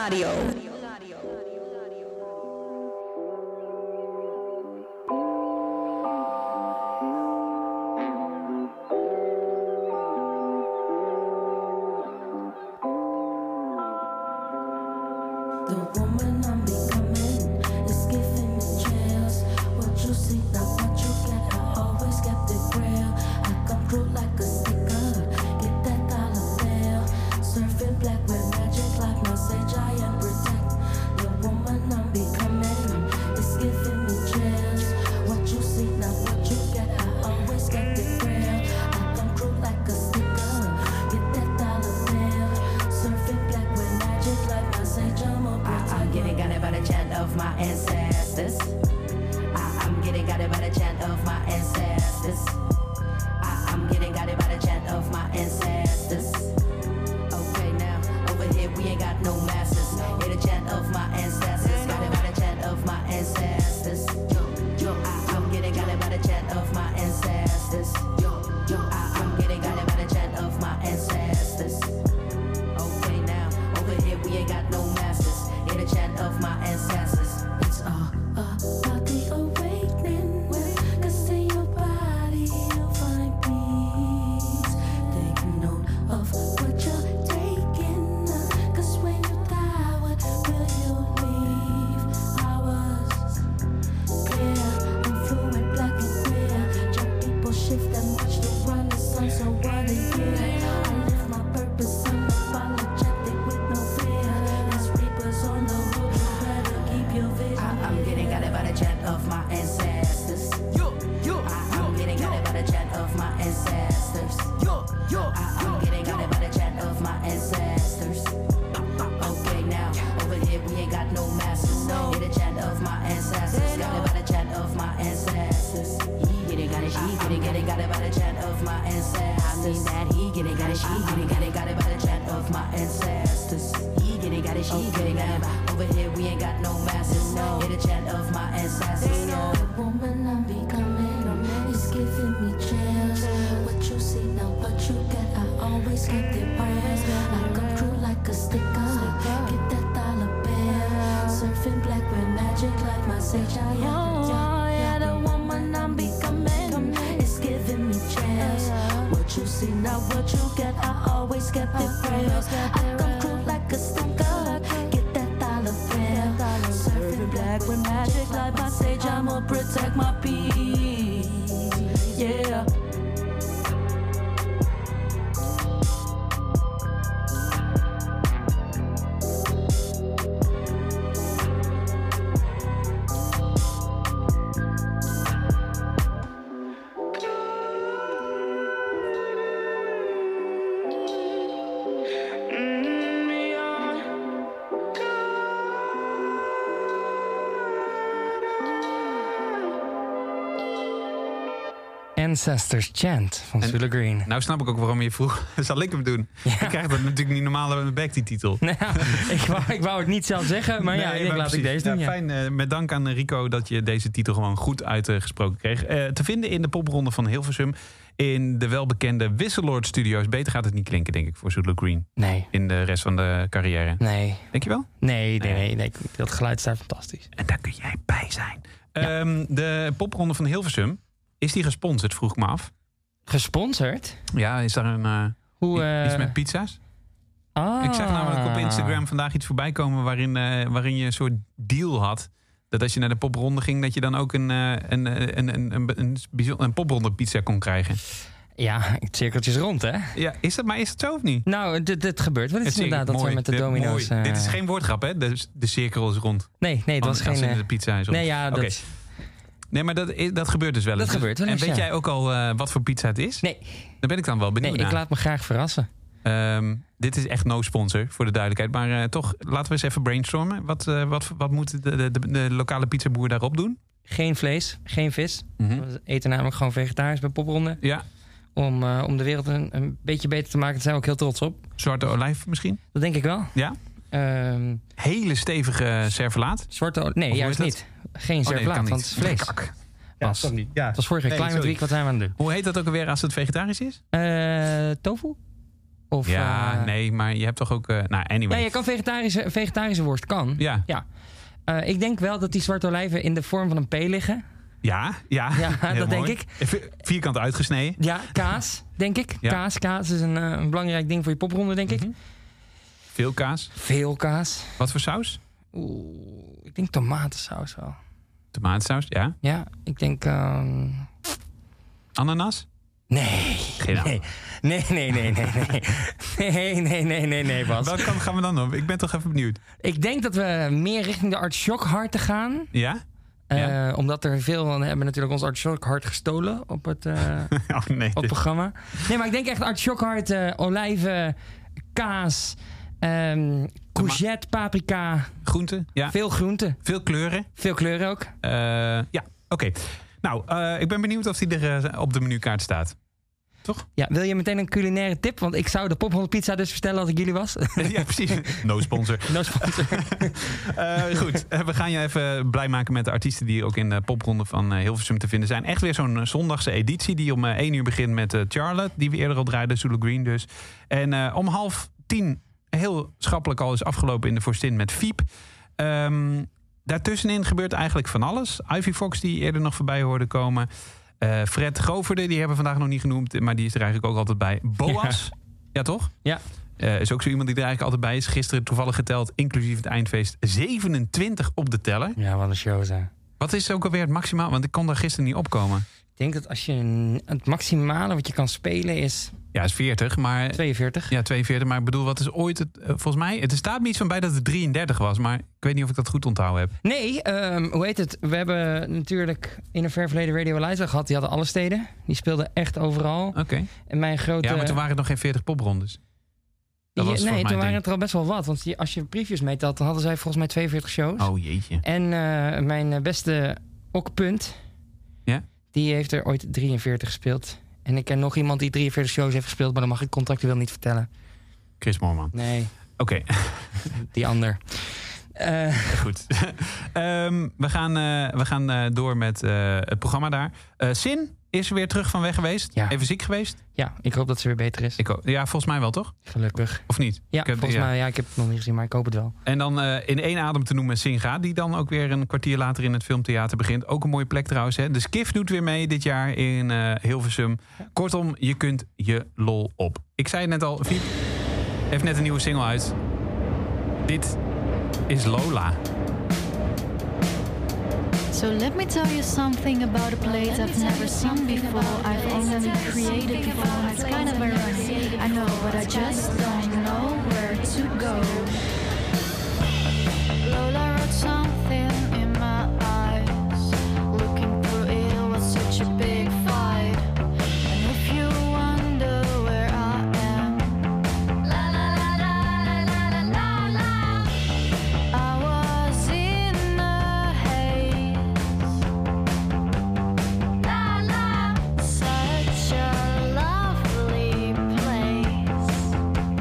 Radio. The woman I'm becoming is giving me chills. What you see, not what you get. I always kept it real. I come through like a sticker. Get that dollar bill. Surfing black with magic like my sage. I am protect. The woman I'm becoming is giving me chills. What you see, not what you get. I always kept it real. I come through like a sticker. Get that dollar bill. Surfing black with magic like my sage. I'm a I'm getting got it by the chant of my ancestors. I, I'm getting got it by the chant of my ancestors. I, I'm getting got it by the chant of my ancestors. Okay, now over here we ain't got no masters. Hear the chant of my ancestors. Got it by the chant of my ancestors. Yo, yo, I, I'm getting got it by the chant of my ancestors. Yo, yo, I, I'm getting got it by the chant of my ancestors. Okay, now over here we ain't got no masters. Hear the chant of my ancestors. It's all about the awakening. Cause in your body you'll find peace. Take note of what you're taking. Cause when you die, what will you leave? I was clear, I'm fluent, black and queer. Jump people shift and watch the run the sun. So what a year. I live my purpose, I'm apologetic with no fear. There's reapers on the road, you better keep your vision. I, I'm getting got it by the chant of my ancestors. Yo, yo, I, I'm getting got it by the chant of my ancestors. Yo, yo, I, I'm getting got it by the chant of my ancestors. Okay, now over here we ain't got no masters. Hear the chant of my ancestors. Got it by the chant of my ancestors. He get it, got it, she get it, get it, got it by the chant of my ancestors. I mean that he get it, got it, she get it, get it, got it by the chant of my ancestors. He get it, got it, she get it, got it. Over here we ain't got no masters. Hear the chant of my ancestors. The woman I'm becoming is giving me chills. What you see, not what you get. I always kept it real. I come through like a sticker. Get that dollar bill. Surfing black with magic like my sage. I am oh, yeah, the woman I'm becoming is giving me chills. What you see, not what you get. I always kept it real. I come through like a sticker. Get that dollar bill. Surfing black with magic like my sage. I'ma protect my peace. Yeah. Ancestors Chant van En- Sula Green. Nou snap ik ook waarom je vroeg, zal ik hem doen? Ja. Ik krijg dat natuurlijk niet normaal aan mijn bek, die titel. Nou, ik, wou, ik wou het niet zelf zeggen, maar ja, Nee, ik denk, maar laat ik precies. deze doen. Ja, Ja. Fijn, eh, met dank aan Rico dat je deze titel gewoon goed uitgesproken kreeg. Eh, te vinden in de popronde van Hilversum in de welbekende Wisseloord Studios. Beter gaat het niet klinken, denk ik, voor Sula Green. Nee, In de rest van de carrière. nee, Denk je wel? nee, nee, Nee. nee, nee. Dat geluid staat fantastisch. En daar kun jij bij zijn. Ja. Ehm, de popronde van Hilversum, is die gesponsord, vroeg ik me af. Gesponsord? Ja, is daar een eh, Hoe, eh, iets met pizza's? ah. Ik zag namelijk op Instagram vandaag iets voorbij komen waarin, eh, waarin je een soort deal had. Dat als je naar de popronde ging, dat je dan ook een, eh, een, een, een, een, een, een, bijzonder- een popronde pizza kon krijgen. Ja, het cirkeltje is rond, hè? Ja, is dat, maar is het zo of niet? Nou, dit, dit gebeurt wel. Dit is Het inderdaad dat mooi. we met de Dit- domino's... mooi. eh, Dit is geen woordgrap, hè? De, de cirkel is rond. Nee, nee, het was Als geen... in eh, de pizza is rond. Nee, ja, dat... Oké. Nee, maar dat, is- dat gebeurt dus wel eens. Dat gebeurt wel eens, En weet ja. jij ook al eh, wat voor pizza het is? Nee, Daar ben ik dan wel benieuwd nee, ik naar. laat me graag verrassen. Ehm, dit is echt no sponsor, voor de duidelijkheid. Maar eh, toch, laten we eens even brainstormen. Wat, eh, wat, wat moet de, de, de, de lokale pizzaboer daarop doen? Geen vlees, geen vis. Mhm. We eten namelijk gewoon vegetarisch bij popronde. Ja, Om, eh, om de wereld een, een beetje beter te maken. Daar zijn we ook heel trots op. zwarte olijf misschien? Dat denk ik wel. Ja? Ehm, Hele stevige servelaat? zwarte olie... Nee, Of hoe juist is niet. Geen Oh, nee, servelaat, dat kan want niet. het is vlees. Kak. Pas. dat niet. Ja. Het was vorige Nee, Climate sorry. Week. Wat zijn we aan het doen? Hoe heet dat ook alweer als het vegetarisch is? Eh, tofu? Of, ja, uh, nee, maar je hebt toch ook... Uh, nou, anyway. Ja, je kan vegetarische, vegetarische worst, kan. Ja. ja. Uh, ik denk wel dat die zwarte olijven in de vorm van een P liggen. Ja, ja. Ja, dat denk ik. Vierkant uitgesneden. Ja, kaas, denk ik. Ja. Kaas, kaas is een, uh, een belangrijk ding voor je popronde, denk mm-hmm. ik. Veel kaas. Veel kaas. Wat voor saus? Oeh, ik denk tomatensaus wel. Tomatensaus, ja. Ja, ik denk... Um... Ananas? Nee. Geen nee. nee, nee, nee, nee, nee. Nee, nee, nee, nee, nee, Bas. Welke kant gaan we dan op? Ik ben toch even benieuwd. Ik denk dat we meer richting de artichokharten gaan. Ja? Uh, ja. Omdat er veel van hebben natuurlijk ons artichokhart gestolen op het, uh, oh, nee, op het programma. Nee, maar ik denk echt artichokhart, uh, olijven, kaas, um, courgette, paprika. Groenten, ja. Veel groenten. Veel kleuren. Veel kleuren ook. Uh, ja, oké. Okay. Nou, uh, ik ben benieuwd of die er uh, op de menukaart staat. Toch? Ja, wil je meteen een culinaire tip? Want ik zou de Popronde pizza dus vertellen als ik jullie was. Ja, precies. No sponsor. No sponsor. uh, goed, we gaan je even blij maken met de artiesten die ook in de Popronde van uh, Hilversum te vinden zijn. Echt weer zo'n zondagse editie die om uh, één uur begint met uh, Charlotte, die we eerder al draaiden, Zulu Green dus. En uh, om half tien, heel schappelijk al, is afgelopen in de Vorstin met Fiep. Um, daartussenin gebeurt eigenlijk van alles. Ivy Fox, die eerder nog voorbij hoorde komen. Uh, Fred Goverde, die hebben we vandaag nog niet genoemd, maar die is er eigenlijk ook altijd bij. Boas, ja, ja toch? Ja. Uh, is ook zo iemand die er eigenlijk altijd bij is. Gisteren toevallig geteld, inclusief het eindfeest, zevenentwintig op de teller. Ja, wat een show zijn. Wat is ook alweer het maximaal? Want ik kon daar gisteren niet opkomen. Ik denk dat als je het maximale wat je kan spelen is... Ja, is veertig, maar... tweeënveertig. Ja, tweeënveertig. Maar ik bedoel, wat is ooit het... Uh, volgens mij, het staat me iets van bij dat het drieëndertig was. Maar ik weet niet of ik dat goed onthouden heb. Nee, um, hoe heet het? We hebben natuurlijk in een ver verleden Radio Eliza gehad. Die hadden alle steden. Die speelden echt overal. Oké. Okay. En mijn grote... Ja, maar toen waren het nog geen veertig poprondes. Dat ja, was nee, toen waren ding. het er al best wel wat. Want als je previews meetelt, dan hadden zij volgens mij tweeënveertig shows. Oh, jeetje. En uh, mijn beste okpunt... Ja? Die heeft er ooit drieënveertig gespeeld. En ik ken nog iemand die drieënveertig shows heeft gespeeld, maar dan mag ik contractueel niet vertellen. Chris Moorman. Nee. Oké. Okay. Die ander. Uh. Goed. um, we gaan, uh, we gaan uh, door met uh, het programma daar. Uh, Sin is weer terug van weg geweest. Ja. Even ziek geweest. Ja, ik hoop dat ze weer beter is. Ik ho- ja, volgens mij wel, toch? Gelukkig. Of niet? Ja, ik heb, volgens ja. mij. Ja, ik heb het nog niet gezien, maar ik hoop het wel. En dan uh, in één adem te noemen Singa, die dan ook weer een kwartier later in het Filmtheater begint. Ook een mooie plek trouwens. Hè? De Skiff doet weer mee dit jaar in uh, Hilversum. Ja. Kortom, je kunt je lol op. Ik zei het net al, Fiep heeft net een nieuwe single uit. Dit is Lola. So let me tell you something about a place I've never seen before. I've only created before. It's kind of ironic, I know, but I just don't know where to go. Lola wrote something in my eyes. Looking through it was such a big fight. And if you wonder where I am, la la la la la la la la, I was in a haze. La la, such a lovely place.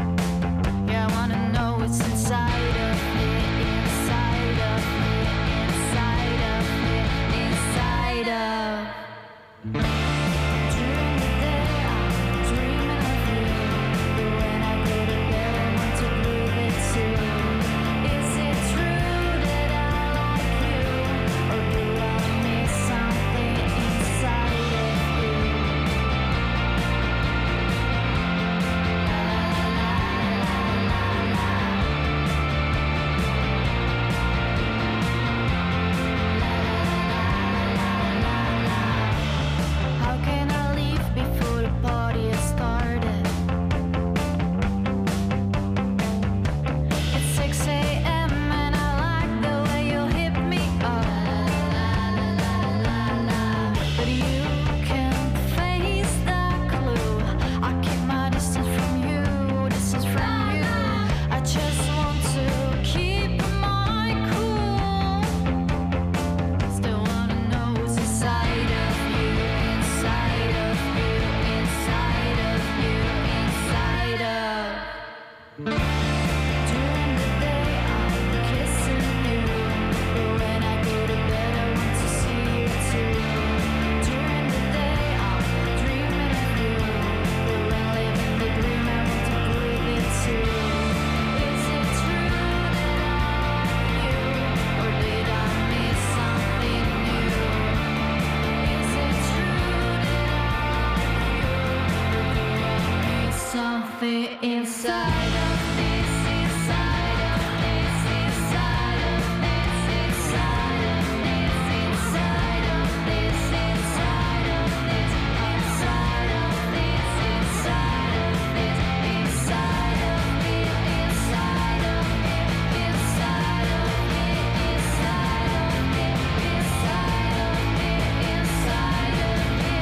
the inside of this, inside of this, inside of this, inside of this, inside of this, inside of this, inside of this, inside of this, inside of it, inside of it, inside of it, inside of it, inside of it, inside of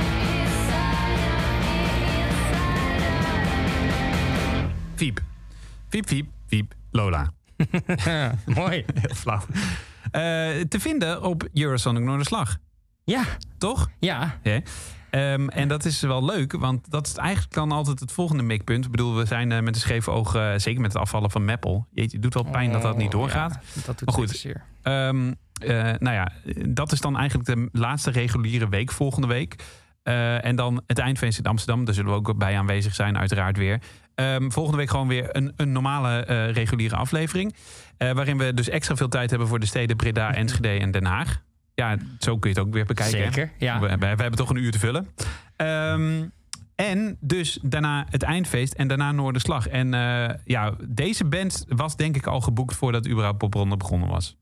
Fiep. Fiep, fiep, fiep, Lola. Mooi. Heel flauw. Uh, te vinden op Eurosonic Noorderslag. Ja. Toch? Ja. Ja. Um, en dat is wel leuk, want dat is eigenlijk dan altijd het volgende mikpunt. Ik bedoel, we zijn uh, met een scheef oog, uh, zeker met het afvallen van Meppel. Jeetje, het doet wel pijn oh, dat dat niet doorgaat. Ja, dat doet maar goed, zeer. Um, uh, nou ja, dat is dan eigenlijk de laatste reguliere week volgende week. Uh, en dan het eindfeest in Amsterdam. Daar zullen we ook bij aanwezig zijn, uiteraard weer. Um, volgende week gewoon weer een, een normale uh, reguliere aflevering. Uh, waarin we dus extra veel tijd hebben voor de steden Breda, Enschede en Den Haag. Ja, zo kun je het ook weer bekijken. Zeker, ja. We, we, we hebben toch een uur te vullen. Um, en dus daarna het eindfeest en daarna Noorderslag. En uh, ja, deze band was denk ik al geboekt voordat überhaupt Popronde begonnen was.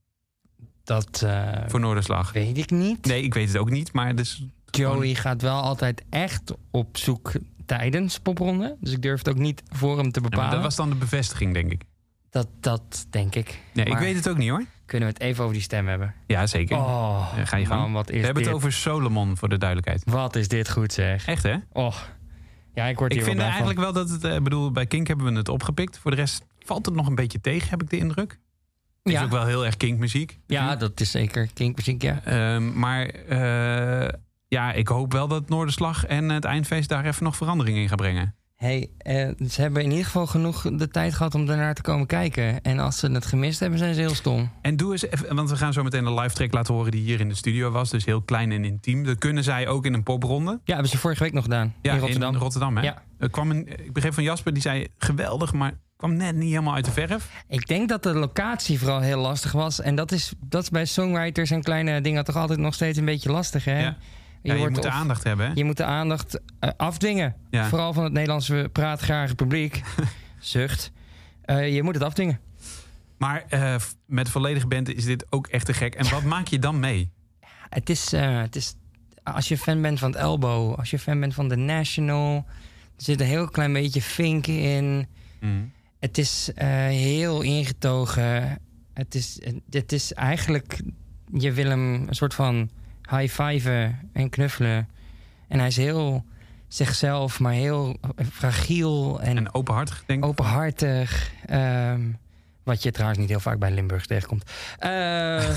Dat uh, voor Noorderslag. Weet ik niet. Nee, ik weet het ook niet, maar dus Joey gewoon... gaat wel altijd echt op zoek tijdens Popronde. Dus ik durf het ook niet voor hem te bepalen. Ja, dat was dan de bevestiging, denk ik. Dat, dat denk ik. Nee, ik weet het ook niet, hoor. Kunnen we het even over die stem hebben? Ja, zeker. Oh, ja, ga je gang. Man, wat is we hebben dit? het over Solomon, voor de duidelijkheid. Wat is dit goed, zeg. Echt, hè? Oh. Ja, ik word hier Ik vind wel eigenlijk van. wel dat het... Ik bedoel, bij Kink hebben we het opgepikt. Voor de rest valt het nog een beetje tegen, heb ik de indruk. Het ja. is ook wel heel erg Kink-muziek. Ja, dat is zeker Kink-muziek, ja. Um, maar uh, ja, ik hoop wel dat Noorderslag en het eindfeest daar even nog verandering in gaan brengen. Hey, uh, ze hebben in ieder geval genoeg de tijd gehad om daarnaar te komen kijken. En als ze het gemist hebben, zijn ze heel stom. En doe eens even, want we gaan zo meteen een live track laten horen die hier in de studio was. Dus heel klein en intiem. Dat kunnen zij ook in een popronde. Ja, hebben ze vorige week nog gedaan. Ja, in Rotterdam. In Rotterdam, hè? Ja. Er kwam een, ik begreep van Jasper, die zei geweldig, maar kwam net niet helemaal uit de verf. Ik denk dat de locatie vooral heel lastig was. En dat is, dat is bij songwriters en kleine dingen toch altijd nog steeds een beetje lastig, hè? Ja. Je, ja, je moet de aandacht hebben, hè? Je moet de aandacht uh, afdwingen. Ja. Vooral van het Nederlandse praatgrage publiek. Zucht. Uh, je moet het afdwingen. Maar uh, met volledige band is dit ook echt te gek. En wat maak je dan mee? Het is, uh, het is... Als je fan bent van het Elbow, als je fan bent van The National... Er zit een heel klein beetje fink in. Mm. Het is uh, heel ingetogen. Het is, het is eigenlijk... Je wil hem een soort van... high-fiven en knuffelen. En hij is heel zichzelf, maar heel fragiel. En, en openhartig, denk ik. Openhartig. Um, wat je trouwens niet heel vaak bij Limburg tegenkomt. Uh, okay.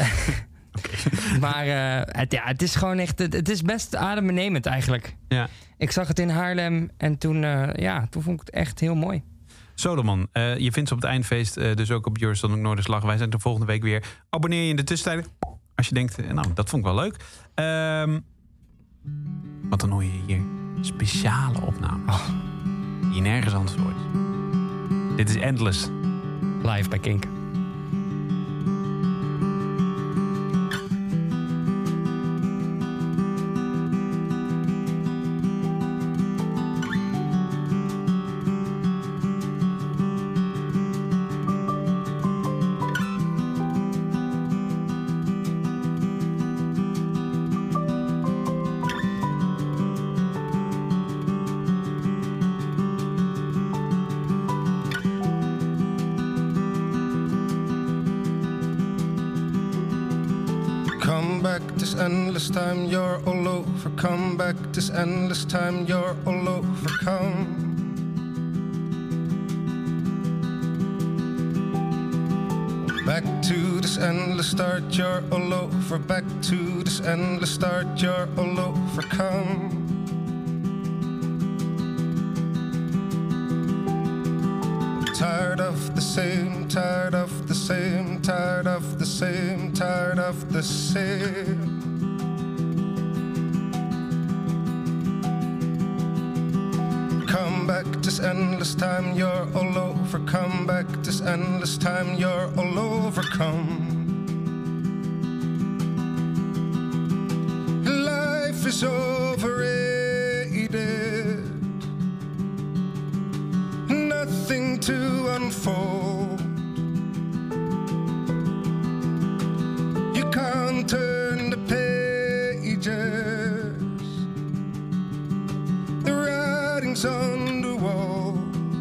Maar uh, het, ja, het is gewoon echt... Het, het is best adembenemend eigenlijk. Ja. Ik zag het in Haarlem en toen, uh, ja, toen vond ik het echt heel mooi. Solomon, uh, je vindt ze op het eindfeest, uh, dus ook op Eurosonic Noorderslag. Wij zijn er volgende week weer. Abonneer je in de tussentijd. Als je denkt, nou, dat vond ik wel leuk. Um, want dan hoor je hier speciale opnames. Oh. Die je nergens anders hoort. Dit is Endless. Live bij Kink. This endless time you're all over. Come back this endless time you're all over. Come. Back to this endless start you're all over. Back to this endless start you're all over. Come. Tired of the same, tired of the same, tired of the same, tired of the same. Come back this endless time you're all over. Come back this endless time you're all over. Come. Life is overrated. began to unfold. You can't turn the pages, the writing's on the wall.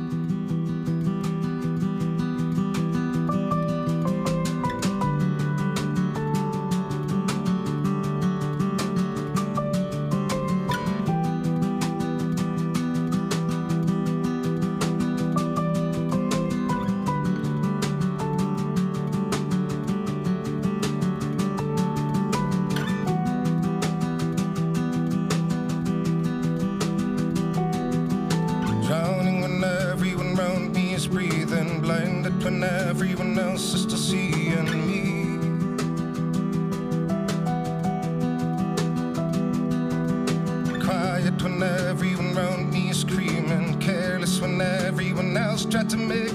Drowning when everyone round me is breathing, blinded when everyone else is still seeing me. Quiet when everyone round me is screaming, careless when everyone else tried to make